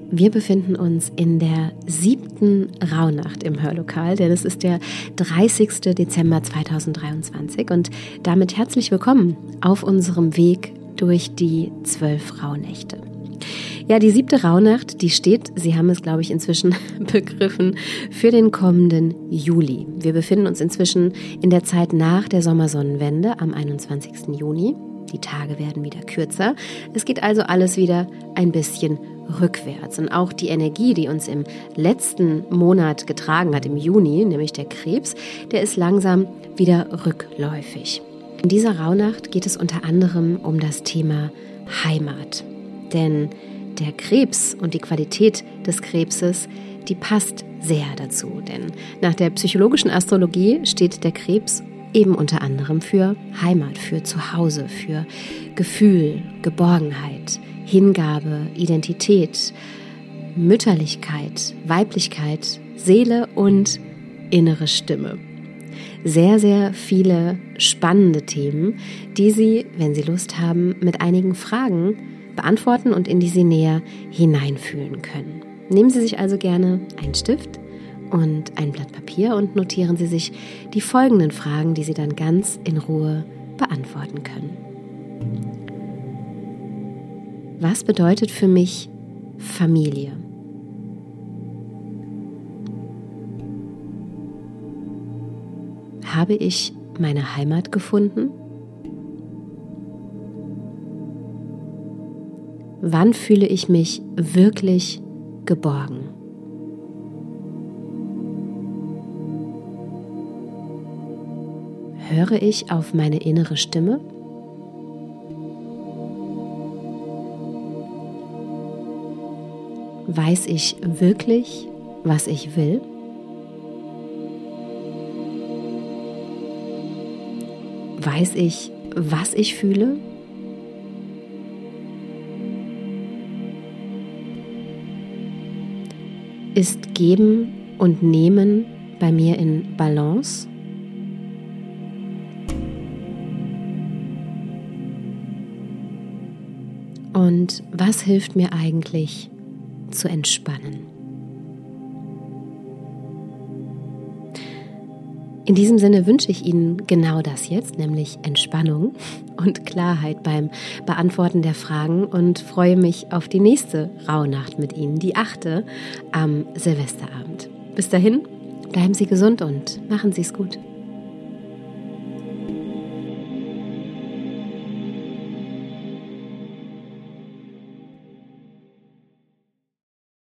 Wir befinden uns in der 7. Rauhnacht im Hörlokal, denn es ist der 30. Dezember 2023 und damit herzlich willkommen auf unserem Weg durch die 12 Rauhnächte. Ja, die 7. Rauhnacht, die steht, Sie haben es, glaube ich, inzwischen begriffen, für den kommenden Juli. Wir befinden uns inzwischen in der Zeit nach der Sommersonnenwende am 21. Juni. Die Tage werden wieder kürzer. Es geht also alles wieder ein bisschen rückwärts. Und auch die Energie, die uns im letzten Monat getragen hat, im Juni, nämlich der Krebs, der ist langsam wieder rückläufig. In dieser Rauhnacht geht es unter anderem um das Thema Heimat. Denn der Krebs und die Qualität des Krebses, die passt sehr dazu. Denn nach der psychologischen Astrologie steht der Krebs eben unter anderem für Heimat, für Zuhause, für Gefühl, Geborgenheit, Hingabe, Identität, Mütterlichkeit, Weiblichkeit, Seele und innere Stimme. Sehr, sehr viele spannende Themen, die Sie, wenn Sie Lust haben, mit einigen Fragen beantworten und in die Sie näher hineinfühlen können. Nehmen Sie sich also gerne einen Stift und ein Blatt Papier und notieren Sie sich die folgenden Fragen, die Sie dann ganz in Ruhe beantworten können. Was bedeutet für mich Familie? Habe ich meine Heimat gefunden? Wann fühle ich mich wirklich geborgen? Höre ich auf meine innere Stimme? Weiß ich wirklich, was ich will? Weiß ich, was ich fühle? Ist Geben und Nehmen bei mir in Balance? Und was hilft mir eigentlich zu entspannen? In diesem Sinne wünsche ich Ihnen genau das jetzt, nämlich Entspannung und Klarheit beim Beantworten der Fragen und freue mich auf die nächste Rauhnacht mit Ihnen, die 8. am Silvesterabend. Bis dahin, bleiben Sie gesund und machen Sie es gut.